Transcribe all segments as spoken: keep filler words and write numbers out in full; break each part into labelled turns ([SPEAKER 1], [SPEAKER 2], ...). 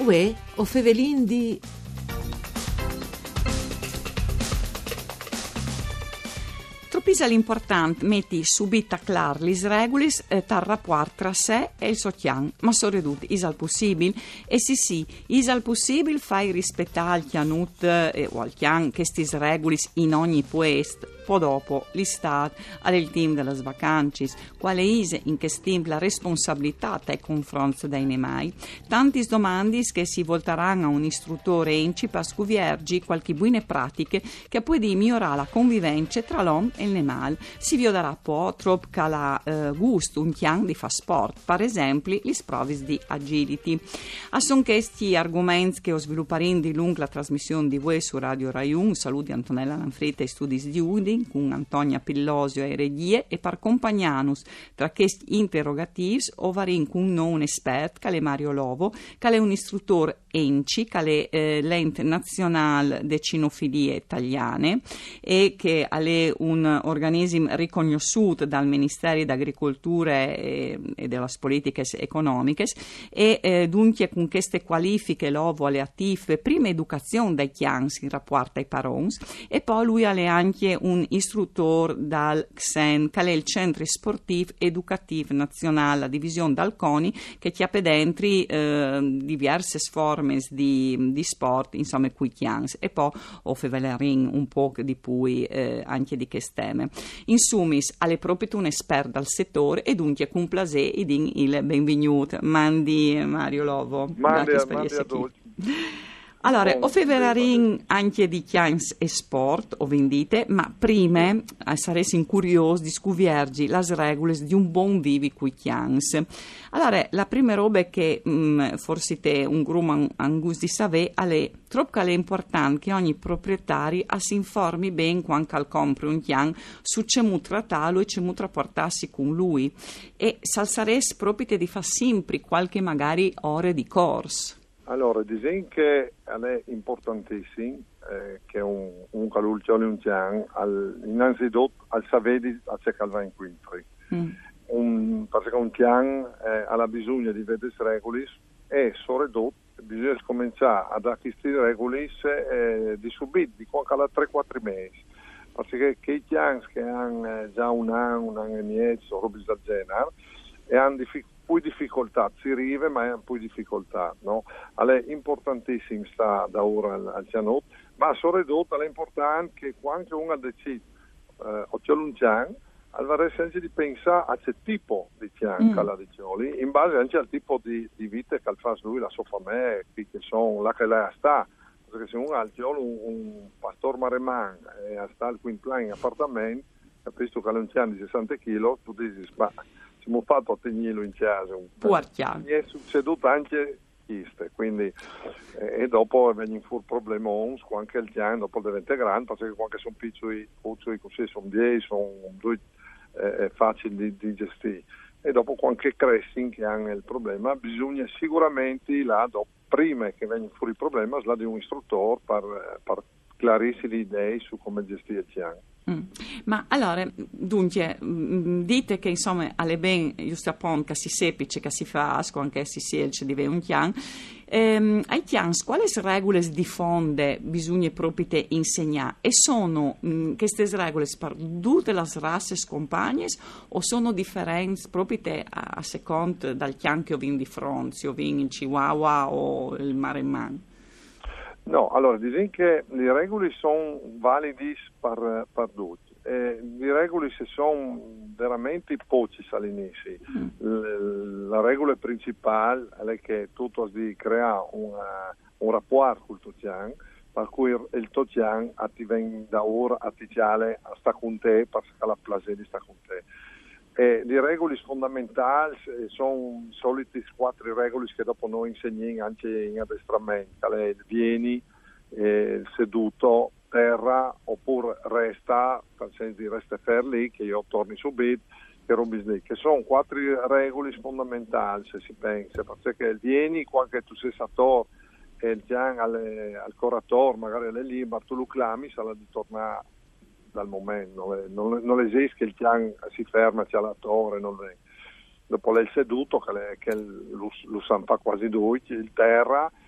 [SPEAKER 1] Uè, o fevelin di... Tropisa l'importante metti subito a clar lis regulis eh, tar rapport tra sé e il suo chian, ma soprattutto is al possibile e sì sì, is al possibile fai rispettare al chianut eh, o al chian che stis regulis in ogni puest. Poi dopo l'istat al team delle vacanze, quale is in che stim la responsabilità nei confronti dei nemai. Tanti domandi che si volteranno a un istruttore enci per scuviergi qualche buone pratiche che poi di migliorare la convivenza tra l'uomo e il nemal. Si vioderà poi troppo che la eh, gusto un chian di fa sport, per esempio gli sprovis di agility. A son questi argomenti che ho sviluppato di lungo la trasmissione di voi su Radio Rai uno, saluti Antonella Lanfretta e Studi di Udin con Antonia Pillosio e regie e par compagnianus tra questi interrogativi o varin con un esperto che è Mario Lovo, che è un istruttore ENCI, che è eh, l'ente nazionale de cinofilie italiane e che è un organismo riconosciuto dal Ministero d'Agricoltura e, e delle politiche economiche e eh, dunque con queste qualifiche Lovo alle attive prima educazione dai chians in rapporto ai parons e poi lui è anche un istruttore dal C S E N, che è il Centro Sportivo Educativo Nazionale, la divisione dal CONI, che ti ha dentro eh, diverse forme di, di sport, insomma, qui chians, e poi offrivelerin un po' di più eh, anche di queste teme. In summis, alle proprio un esperto dal settore e dunque con piacere ed in il benvenuto. Mandi Mario Lovo.
[SPEAKER 2] Mandi, mandi a tutti.
[SPEAKER 1] Allora, o feverarin anche di chians e sport, o vendite, ma prima eh, saresti curioso di scuviergi las regole di un buon vivi qui chians. Allora, la prima roba è che mh, forse te un grum angus di savè, è troppo è importante che ogni proprietario si informi bene quando compri un chian su cemu trattarlo e cemu traportarsi con lui. E salsaresti proprio di fa sempre qualche magari ore di corso.
[SPEAKER 2] Allora, disegno che è importantissimo eh, che un, un calulcione un chian, al, innanzitutto al savedi a c'è calva incontri. Mm. Un, perché un chian eh, ha bisogno di vedere regole e soprattutto bisogna cominciare ad acquistare regole eh, di subito, di qua alla tre quattro mesi. Perché che i chians che hanno eh, già un anno, un anno e mezzo, robe del genere, e hanno difficoltà. Poi difficoltà, si arriva ma è poi difficoltà, no? È importantissimo sta da ora al, al cianot, ma soprattutto è importante che quando uno decide eh, o c'è un cian, al senso di pensare a che tipo di cian che la dicioli, in base anche al tipo di, di vita che fa lui, la sua famiglia, che sono là che lei sta, perché se uno ha un, un pastor mareman e sta al quinto plan in appartamento, capisco che è un cian di sessanta chili, tu dici, ma siamo fatto a tenerlo in casa. Mi è succeduto anche queste, quindi eh, e dopo vengono fuori problemi anche il piano, dopo diventa grande, perché quando sono piccoli, piccoli così sono dieci, sono due eh, facili di, di gestire. E dopo quando crescono che hanno il problema, bisogna sicuramente là, dopo, prima che vengono fuori il problema, là di un istruttore per, per chiarirsi le idee su come gestire il piano.
[SPEAKER 1] Mm. Ma allora, dunque, dite che insomma alle ben giusto appunto che si sepice, che si fa asco, anche si selce di un chian, ehm, ai chians quali regole di fonde bisogna proprio te insegnare e sono mh, queste regole per tutte le razze scompagne o sono differenti proprio te a, a seconda dal chian che ho vin di fronte, o vin il Chihuahua o il Maremman?
[SPEAKER 2] No, allora, disegno che le regole sono valide per, per tutti. Eh, le regole se sono veramente poche all'inizio. Mm. L- la regola principale è che tu devi creare una, un rapporto con il tuo chian, per cui il tuo chian ti viene da ora artificiale a sta con te, perché ha la piacere di sta con te. E le regole fondamentali sono solite quattro regole che dopo noi insegniamo anche in addestramento, il vieni, eh, seduto, terra, oppure resta, per senso di resta fermi, che io torni subito, che robi lì, che sono quattro regole fondamentali se si pensa, perché il vieni, quando tu sei sator e il gian al, al corator, magari alle libere, tu lo clami, sarà di tornare dal momento, non, non esiste che il pian si ferma, c'è la torre, non è. Dopo l'è seduto, che, che lo, lo sanno quasi due, il terra,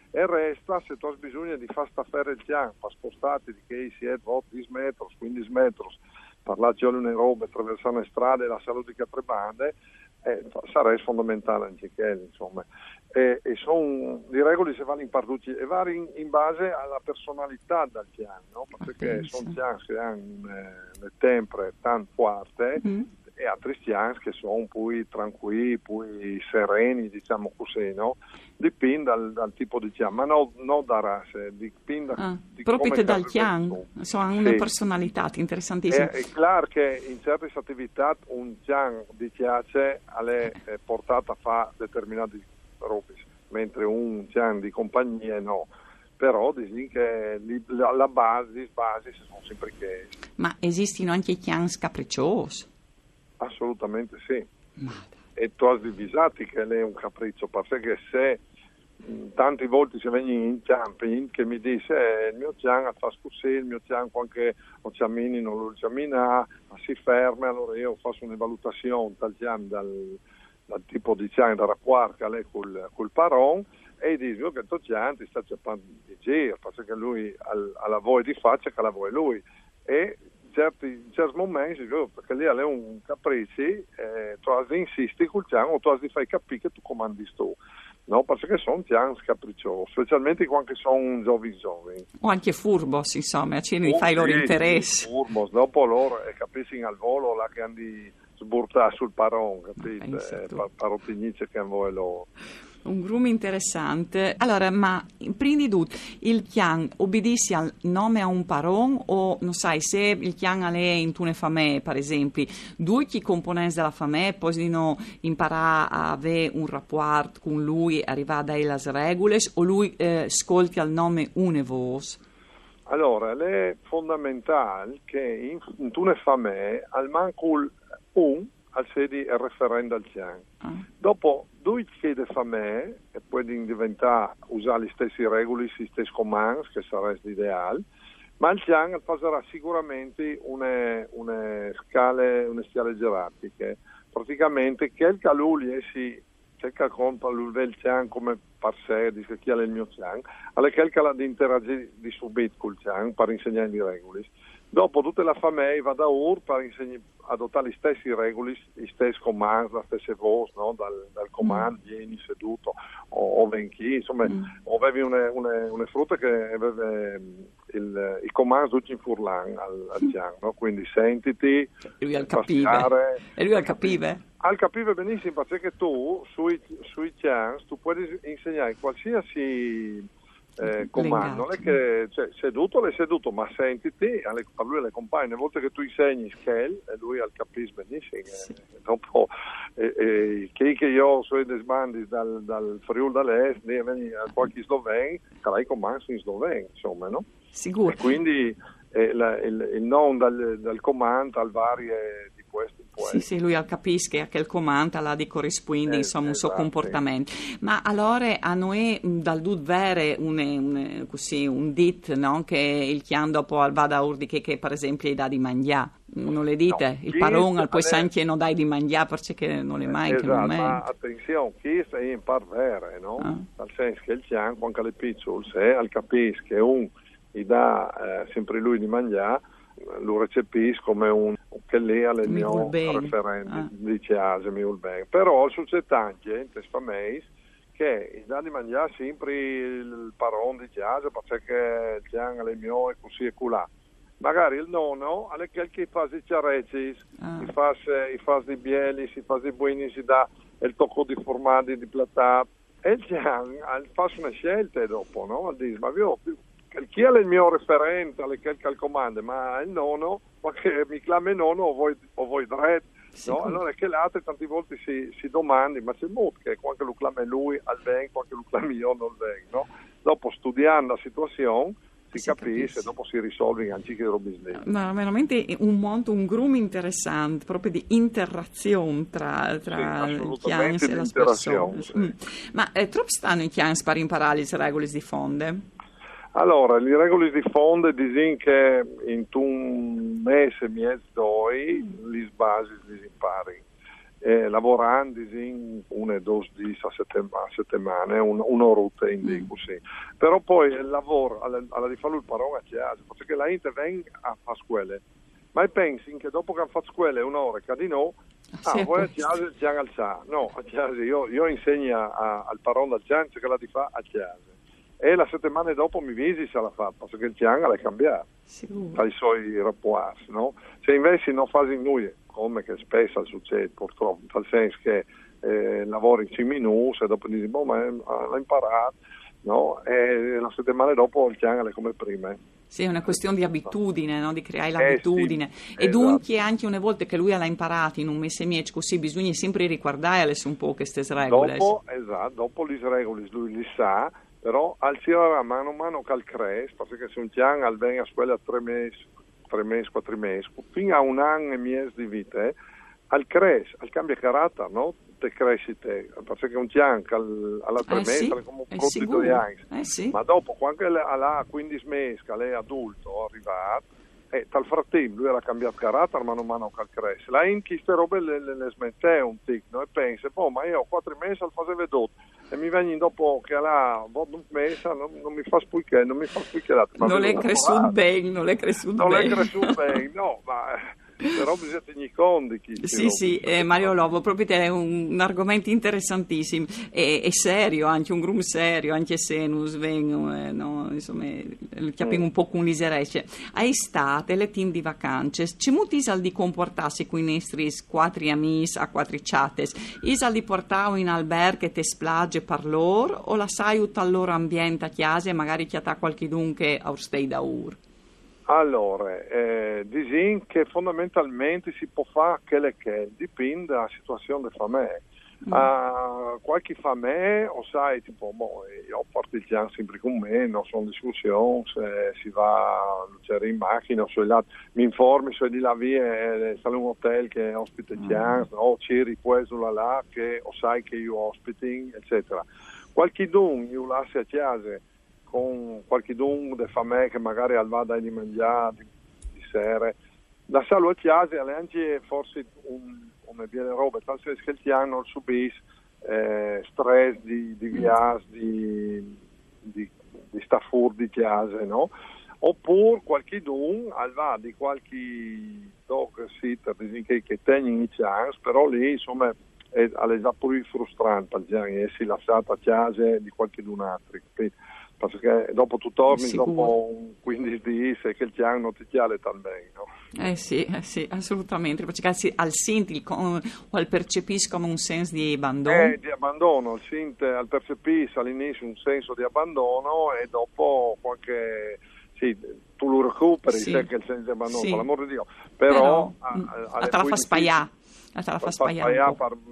[SPEAKER 2] e resta se tu hai bisogno di far staffare il tian, per spostati di che si è dieci metri, quindici metri, parlare di una roba, attraversare le strade, la salute che tre bande, eh, sarà fondamentale anche quello, insomma. E, e sono le regole se vanno impartuti e vari in, in base alla personalità del tian, no? Perché sono tian che hanno eh, le tempere tanto forti, mm. e altri tian che sono poi tranquilli, poi sereni, diciamo così, no? Dipende dal, dal tipo di tian, ma non no da razze, dipende
[SPEAKER 1] ah,
[SPEAKER 2] di
[SPEAKER 1] proprio
[SPEAKER 2] come
[SPEAKER 1] dal tian, hanno una
[SPEAKER 2] sì.
[SPEAKER 1] personalità interessantissima.
[SPEAKER 2] È, è chiaro che in certe attività un tian di piace è portato a fare determinati robe, mentre un tian di compagnia no. Però dici che la, la base, base sono sempre che.
[SPEAKER 1] Ma esistono anche tian capricciosi?
[SPEAKER 2] Assolutamente sì.
[SPEAKER 1] Madre.
[SPEAKER 2] E tu hai divisati che è un capriccio, perché se tante volte se vengono in camping che mi dice eh, il mio tian fa così, il mio tian qualche non ciamini non lo ciamina, ma si ferma, allora io faccio una valutazione dal tian, dal, dal tipo di tian da rapporto che è col, col paron, e dico che il tuo tian ti sta cercando di giro, perché lui ha la voglia di faccia che la vuole lui, e certi, in certi momenti perché lì è un capriccio, eh, tu hai di insisti col tian o tu hai di fare capire che tu comandi tu. No, perché sono tian capricciosi, specialmente quando sono giovani giovani.
[SPEAKER 1] O anche furbos, insomma, a cene oh, fai i loro
[SPEAKER 2] sì,
[SPEAKER 1] interessi.
[SPEAKER 2] Furbos, dopo loro eh, capisci al volo là che hanno di sburtare sul paron, capite? Eh, Parottignice che hanno loro.
[SPEAKER 1] Un grumo interessante. Allora, ma prima di tutto, il tian obbedisce al nome a un paron o, non sai, se il tian è in tune famè, per esempio, due chi componenti della famè possono imparare a avere un rapporto con lui, arrivare a dare le regole, o lui eh, ascolti al nome une vos?
[SPEAKER 2] Allora, è fondamentale che in, in tune famè, al manco un, al sedi il referendo al tian. Ah. Dopo due chiede fa me e poi diventare usare le stesse regole, gli stessi comandi, che sarebbe l'ideale, ma il tian farà sicuramente una, una scale, una scale gerarchiche. Praticamente quel caluli e si quel che conta il tian come per sé, dice chi è il mio tian, alle quel che ha di interagire di subito col tian per insegnare le regole. Dopo tutta la famiglia va da Ur per insegnare, adottare le stesse regole, gli stessi comandi, la stessa voce, no? dal, dal comando, mm. vieni seduto o, o venchi, insomma, mm. o avevi una, una, una frutta che aveva il, i comandi tutti in furlan al, al tian, no? Quindi sentiti,
[SPEAKER 1] e lui al capive, e lui al capive?
[SPEAKER 2] Al capive benissimo, perché tu sui, sui tian tu puoi insegnare qualsiasi Eh, comando, non è che cioè, seduto l'hai seduto, ma sentiti, alle, a lui le compagne, una volta che tu insegni scale e lui al capisce benissimo, sì. e, dopo e, e, che, che io sono desmandi dal, dal Friuli dall'Est, a qualche sloveno, che lei comanda in sloveno, insomma, no?
[SPEAKER 1] Sicuro.
[SPEAKER 2] E quindi eh, la, il, il non dal, dal comando al varie di questo.
[SPEAKER 1] Sì, sì, lui capisce che il comando là di corrisponde, eh, insomma, un esatto, suo comportamento. Sì. Ma allora a noi dal dud vere un, un, così, un dit, no? Che il chian dopo vada a urdi che, che per esempio gli dà di mangiare. Non le dite? No, il paron al poi anche non dai di mangiare perché non le mai
[SPEAKER 2] esatto,
[SPEAKER 1] che non
[SPEAKER 2] ma attenzione, chi è in par vere, no? Ah. Nel senso che il chian, quando le piccole, se al capisce che un gli dà eh, sempre lui di mangiare, lo recepisco come un che lì è il mio referente ah. dice Asia mi vuol bene, però succede anche in tesfameis che dà di mangiare sempre il paron di Asia perché il tian è il mio e così e colà, magari il nonno è quel che fa i ciarecci ah. i fa i fa di bieli, si fa di buini, si dà il tocco di formaggi di platà e il tian fa una scelta dopo, no? Dice ma io chi è il mio referente alle che al comando, ma il nonno, ma che mi chiama nonno o voi, o voi dret, no? Allora che l'altro tante volte si, si domandi, ma c'è molto che quando lo chiama lui al ben, quando lo chiama io non ben, no? Dopo studiando la situazione si, si capisce e dopo si risolve anche che roba business.
[SPEAKER 1] Ma veramente un mondo, un groom interessante, proprio di interazione tra, tra
[SPEAKER 2] sì,
[SPEAKER 1] i chians e le persone.
[SPEAKER 2] Sì.
[SPEAKER 1] Mm. Ma eh, troppo stanno i chians per imparare le regole di fonde?
[SPEAKER 2] Allora, le regole di fondo dicono che in un mese, mezzo, due, le basi le impari. eh, lavorando in una o due di a settimane, un, un'ora in di così. Però poi il lavoro, alla, alla di fare il parone a chiesa, perché la gente viene a fare scuole, ma pensi che dopo che hanno fatto scuole un'ora che di no, ah, voi a chiesa ci hanno alzato. No, a chiesa, io, io insegno a, al parone al Ciance che la di fa a chiesa. E la settimana dopo mi visi se la fa, perché il Cianga l'ha cambiato dai suoi rapporti, no? Se invece non fai noi, come che spesso succede purtroppo, nel senso che eh, lavori in cinque minuti e dopo dici, boh, ma l'ha imparato, no? E la settimana dopo il Cianga è come prima.
[SPEAKER 1] Sì, è una questione di abitudine, no? Di creare l'abitudine.
[SPEAKER 2] Eh sì,
[SPEAKER 1] e
[SPEAKER 2] esatto.
[SPEAKER 1] Dunque anche una volta che lui l'ha imparato in un mese e mezzo, così bisogna sempre ricordare un po' queste regole.
[SPEAKER 2] Dopo, esatto, dopo le regole lui li sa, però al tirare mano a mano che al cresce, perché se un Ciang al viene a scuola a tre mesi, tre mesi, quattro mesi, fino a un anno e mezzo di vita, eh, al cresce, al cambia carattere, no? Te cresci te, perché un Ciang al, alla tre
[SPEAKER 1] eh
[SPEAKER 2] mesi
[SPEAKER 1] sì,
[SPEAKER 2] è come un
[SPEAKER 1] è
[SPEAKER 2] di due anni,
[SPEAKER 1] eh sì.
[SPEAKER 2] ma dopo, quando ha quindici mesi che lei è adulto, arrivato, e tal frattempo lui era cambiato carattere mano a mano che cresce. La in chi queste robe le, le, le smette un tic, no? E pensa, boh, ma io ho quattro mesi al fase vedotto e mi vengono dopo che là un mese non, non mi fa spuicare, non mi fa spuicare.
[SPEAKER 1] Non è cresciuto bene, non è cresciuto
[SPEAKER 2] bene.
[SPEAKER 1] Non
[SPEAKER 2] è cresciuto bene, no, ma però bisogna tenere conto di chi.
[SPEAKER 1] Sì, sì, eh, Mario Lovo, proprio te è un, un argomento interessantissimo e, e serio, anche un grum serio, anche se non vengono, eh, no, insomma, capiamo mm. un po' con l'iseresce. A estate, le team di vacanze, ci muti al di comportarsi con i nostri quattro amici a quattro chattes, isal di portare in albergo e te splage per loro o la sai ut al loro ambiente a chiesa e magari chiatà qualche dunque a stay da ur?
[SPEAKER 2] Allora, eh, disin che fondamentalmente si può fare che le che dipende dalla situazione di famiglia. Mm. Uh, qualche famiglia, o sai, tipo, boh, io porto il Ciang sempre con me, non sono discussioni, se si va in macchina o là, mi informi se di là via è un hotel che ospita il Ciang, mm. o c'eri questo là, là che o sai che io ospiti, eccetera. Qualche dun io lascio a chiesa con qualche dunque di famiglia che magari al vada di mangiare di, di sera da salo a chiesa alle anche forse un, come viene roba tal senso che il hanno subisce eh, stress di, di viaggi di, di, di staffur di chiesa, no? Oppure qualche dun al va di qualche dog sitter che, che tengono i chance, però lì insomma è, è già pure frustrante per essere lasciato a chiesa di qualche dun altro, perché dopo tu torni dopo quindici giorni e che il Ciang non ti chiale tan bene, no?
[SPEAKER 1] Eh sì, eh sì, assolutamente, perché si, al senti o al percepisci come un senso di abbandono?
[SPEAKER 2] Eh, di abbandono, al, sint, al percepisci all'inizio un senso di abbandono e dopo qualche, sì, tu lo recuperi, sì. Sai che il senso di abbandono, sì. Per l'amore di Dio, però...
[SPEAKER 1] però a, a, te la fa spaiare, a te la fa spaiare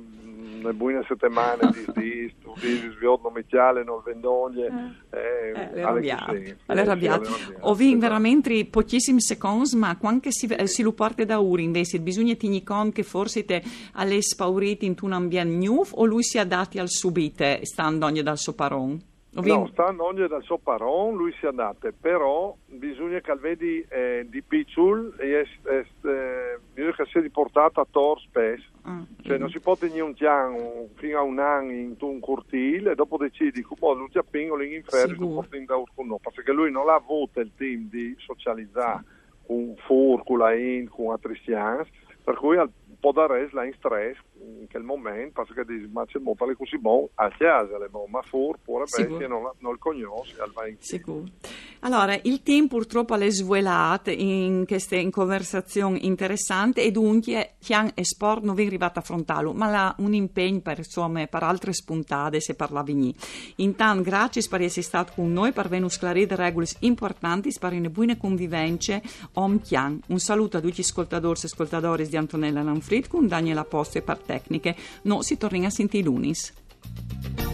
[SPEAKER 2] le buone settimane di, di studi, sviotto nomichiale, non vendoglie, eh,
[SPEAKER 1] eh, le arrabbiate, alle arrabbiate. Ho vinto veramente pochissimi secondi, ma quando si, eh, si lo parte da uri invece, bisogna tenere conto che forse te alle spauriti in un ambiente nuovo o lui si adatti al subite, stando ogni dal suo paron?
[SPEAKER 2] No, stanno ogni dal suo paron, lui si adatta, però bisogna che vedi eh, di piccolo e eh, bisogna che sia riportato a tor spesso, ah, cioè non si può tenere un Ciang fino a un anno in un cortile e dopo decidi che poi lui ti appingo in inferno e porti in da urcuno, perché lui non ha avuto il team di socializzare con furcula in con altri Ciang, per cui al può dare la in stress in quel momento perché dice ma c'è molto così buono a chiesa le buone ma fur pure perché non, non il conosce al vai
[SPEAKER 1] sicuro. Allora il team purtroppo alle svelato in queste in conversazioni interessanti e dunque Ciang e sport non viene arrivato a frontalo ma ha un impegno per insomma per altre spuntate se parlavi ni. Intanto grazie per essere stato con noi per venire sclarire regole importanti per una buona convivenza om Ciang. Un saluto a tutti gli ascoltatori e ascoltatori di Antonella Lanfrid con Daniela Posto e per tecniche. No, si torna a sentire lunis.